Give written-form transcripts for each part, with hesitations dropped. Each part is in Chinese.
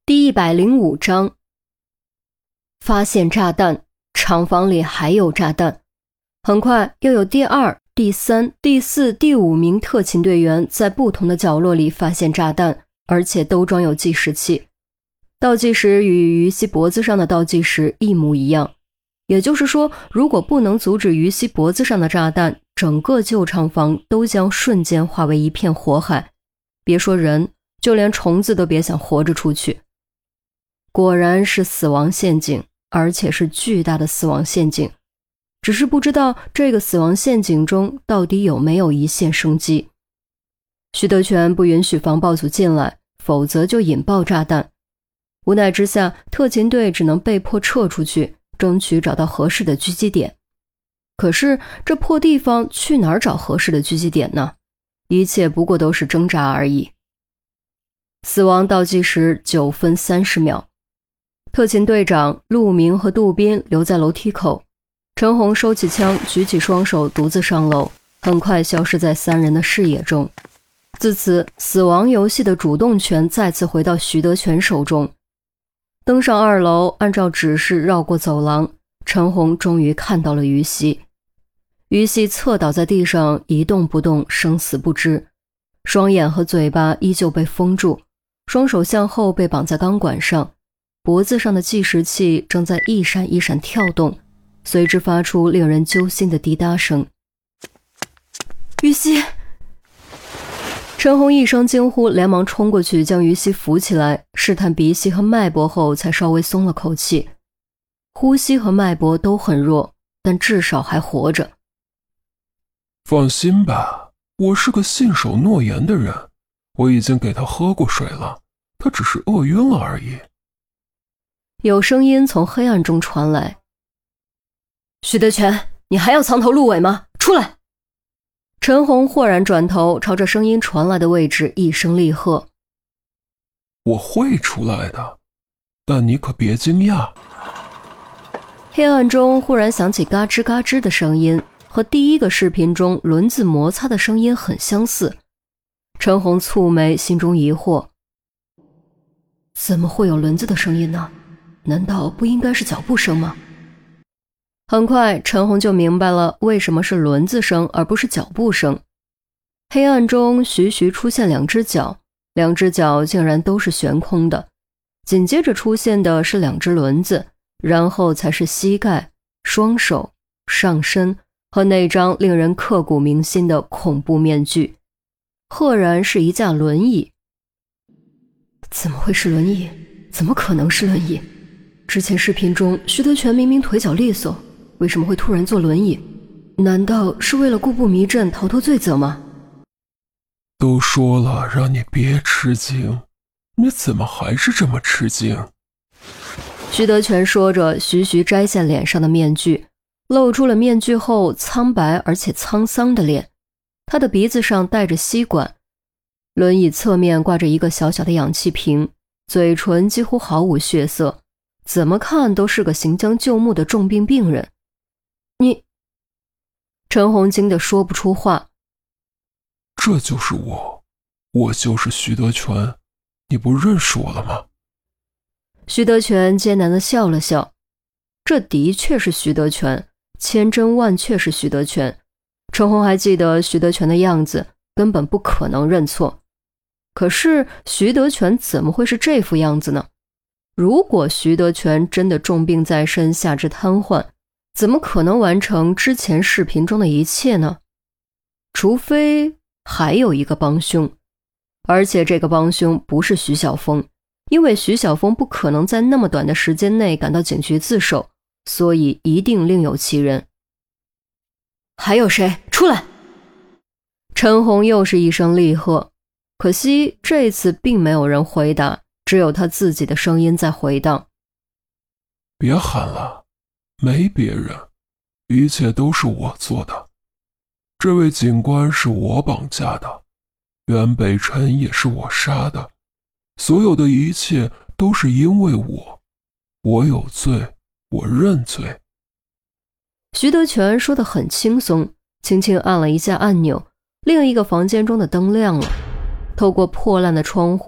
第105章，发现炸弹，厂房里还有炸弹。很快又有第2、第3、第4、第5名特勤队员在不同的角落里发现炸弹，而且都装有计时器。倒计时与于西脖子上的倒计时一模一样，也就是说，如果不能阻止于西脖子上的炸弹，整个旧厂房都将瞬间化为一片火海，别说人，就连虫子都别想活着出去。果然是死亡陷阱，而且是巨大的死亡陷阱，只是不知道这个死亡陷阱中到底有没有一线生机。徐德全不允许防爆组进来，否则就引爆炸弹。无奈之下，特勤队只能被迫撤出去，争取找到合适的狙击点。可是这破地方去哪儿找合适的狙击点呢？一切不过都是挣扎而已。死亡倒计时9分30秒。特勤队长陆明和杜斌留在楼梯口，陈红收起枪，举起双手独自上楼，很快消失在3人的视野中。自此，死亡游戏的主动权再次回到徐德全手中。登上2楼，按照指示绕过走廊，陈红终于看到了于西。于西侧倒在地上，一动不动，生死不知，双眼和嘴巴依旧被封住，双手向后被绑在钢管上，脖子上的计时器正在一闪一闪跳动，随之发出令人揪心的滴答声。于西！陈红一声惊呼，连忙冲过去将于西扶起来，试探鼻息和脉搏后才稍微松了口气。呼吸和脉搏都很弱，但至少还活着。 放心吧，我是个信守诺言的人，我已经给他喝过水了，他只是饿晕了而已。 有声音从黑暗中传来。徐德全，你还要藏头露尾吗？出来！陈红豁然转头，朝着声音传来的位置一声厉喝。 我会出来的，但你可别惊讶。 黑暗中忽然响起嘎吱嘎吱的声音，和第一个视频中轮子摩擦的声音很相似。陈红蹙眉，心中疑惑，怎么会有轮子的声音呢？难道不应该是脚步声吗？很快陈红就明白了为什么是轮子声而不是脚步声。黑暗中徐徐出现2只脚，2只脚竟然都是悬空的，紧接着出现的是2只轮子，然后才是膝盖、双手、上身和那张令人刻骨铭心的恐怖面具，赫然是一架轮椅。怎么会是轮椅？怎么可能是轮椅？之前视频中徐德全明明腿脚利索，为什么会突然坐轮椅？难道是为了故布迷阵逃脱罪责吗？ 都说了让你别吃惊，你怎么还是这么吃惊？ 徐德全说着，徐徐摘下脸上的面具，露出了面具后苍白而且沧桑的脸。他的鼻子上戴着吸管，轮椅侧面挂着一个小小的氧气瓶，嘴唇几乎毫无血色，怎么看都是个行将就木的重病病人。你……陈红惊得说不出话。 这就是我就是徐德全，你不认识我了吗？ 徐德全艰难地笑了笑，这的确是徐德全，千真万确是徐德全。陈红还记得徐德全的样子，根本不可能认错。可是徐德全怎么会是这副样子呢？如果徐德全真的重病在身，下肢瘫痪，怎么可能完成之前视频中的一切呢？除非还有一个帮凶，而且这个帮凶不是徐晓峰，因为徐晓峰不可能在那么短的时间内赶到警局自首，所以一定另有其人。还有谁？出来！陈红又是一声厉喝，可惜这次并没有人回答，只有他自己的声音在回荡。 别喊了，没别人，一切都是我做的。这位警官是我绑架的，袁北辰也是我杀的，所有的一切都是因为我有罪，我认罪。 徐德全说得很轻松，轻轻按了一下按钮，另一个房间中的灯亮了，透过破烂的窗户，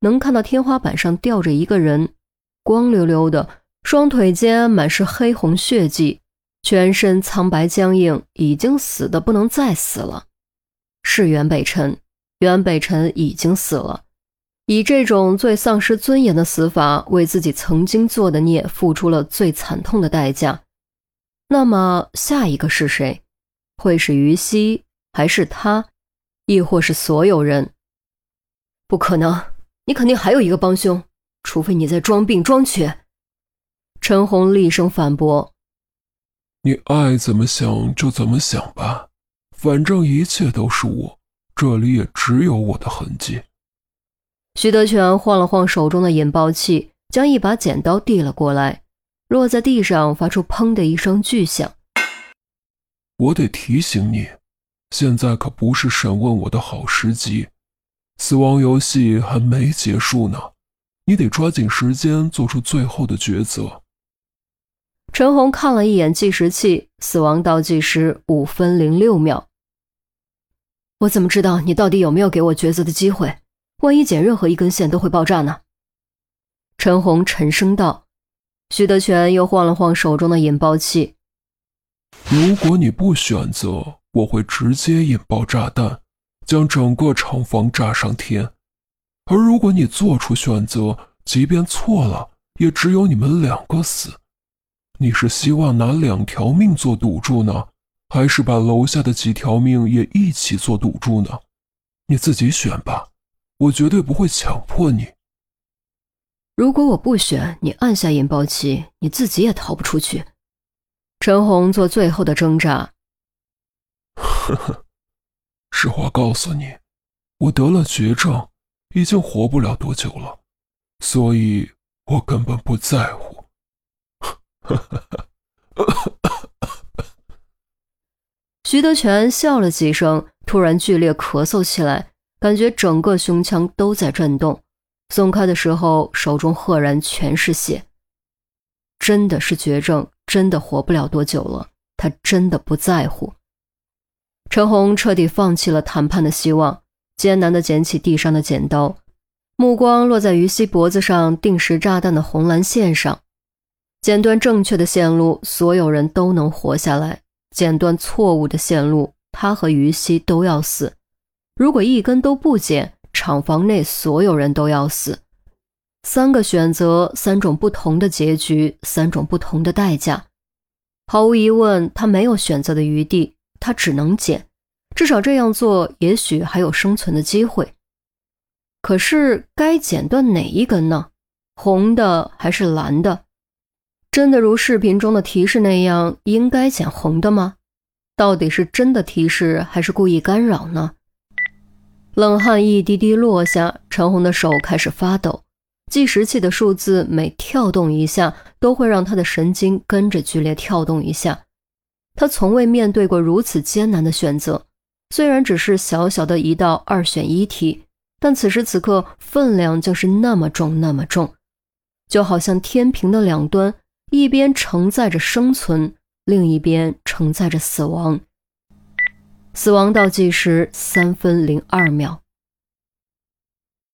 能看到天花板上吊着一个人，光溜溜的，双腿间满是黑红血迹，全身苍白僵硬，已经死得不能再死了。是袁北辰，袁北辰已经死了，以这种最丧失尊严的死法，为自己曾经做的孽付出了最惨痛的代价。那么下一个是谁？会是于西，还是他，亦或是所有人？不可能，你肯定还有一个帮凶，除非你在装病装瘸。陈红厉声反驳。 你爱怎么想就怎么想吧，反正一切都是我，这里也只有我的痕迹。 徐德全晃了晃手中的引爆器，将一把剪刀递了过来，落在地上发出砰的一声巨响。 我得提醒你，现在可不是审问我的好时机，死亡游戏还没结束呢，你得抓紧时间做出最后的抉择。 陈红看了一眼计时器，死亡倒计时5分06秒。我怎么知道你到底有没有给我抉择的机会？万一剪任何一根线都会爆炸呢？陈红沉声道。徐德全又晃了晃手中的引爆器。 如果你不选择，我会直接引爆炸弹，将整个厂房炸上天。而如果你做出选择，即便错了，也只有你们2个死。你是希望拿2条命做赌注呢，还是把楼下的几条命也一起做赌注呢？你自己选吧，我绝对不会强迫你。 如果我不选，你按下引爆器，你自己也逃不出去。陈红做最后的挣扎。 呵呵，实话告诉你，我得了绝症，已经活不了多久了，所以我根本不在乎。 徐德全笑了几声，突然剧烈咳嗽起来，感觉整个胸腔都在震动，松开的时候手中赫然全是血。真的是绝症，真的活不了多久了，他真的不在乎。陈红彻底放弃了谈判的希望，艰难地捡起地上的剪刀，目光落在于西脖子上定时炸弹的红蓝线上。剪断正确的线路，所有人都能活下来；剪断错误的线路，他和于西都要死。如果一根都不剪，厂房内所有人都要死。3个选择，3种不同的结局，3种不同的代价。毫无疑问，他没有选择的余地，他只能剪，至少这样做也许还有生存的机会。可是该剪断哪一根呢？红的还是蓝的？真的如视频中的提示那样，应该剪红的吗？到底是真的提示还是故意干扰呢？冷汗一滴滴落下，陈红的手开始发抖，计时器的数字每跳动一下，都会让他的神经跟着剧烈跳动一下。他从未面对过如此艰难的选择，虽然只是小小的一道2选1题，但此时此刻分量竟是那么重那么重，就好像天平的两端，一边承载着生存，另一边承载着死亡。死亡倒计时3分02秒。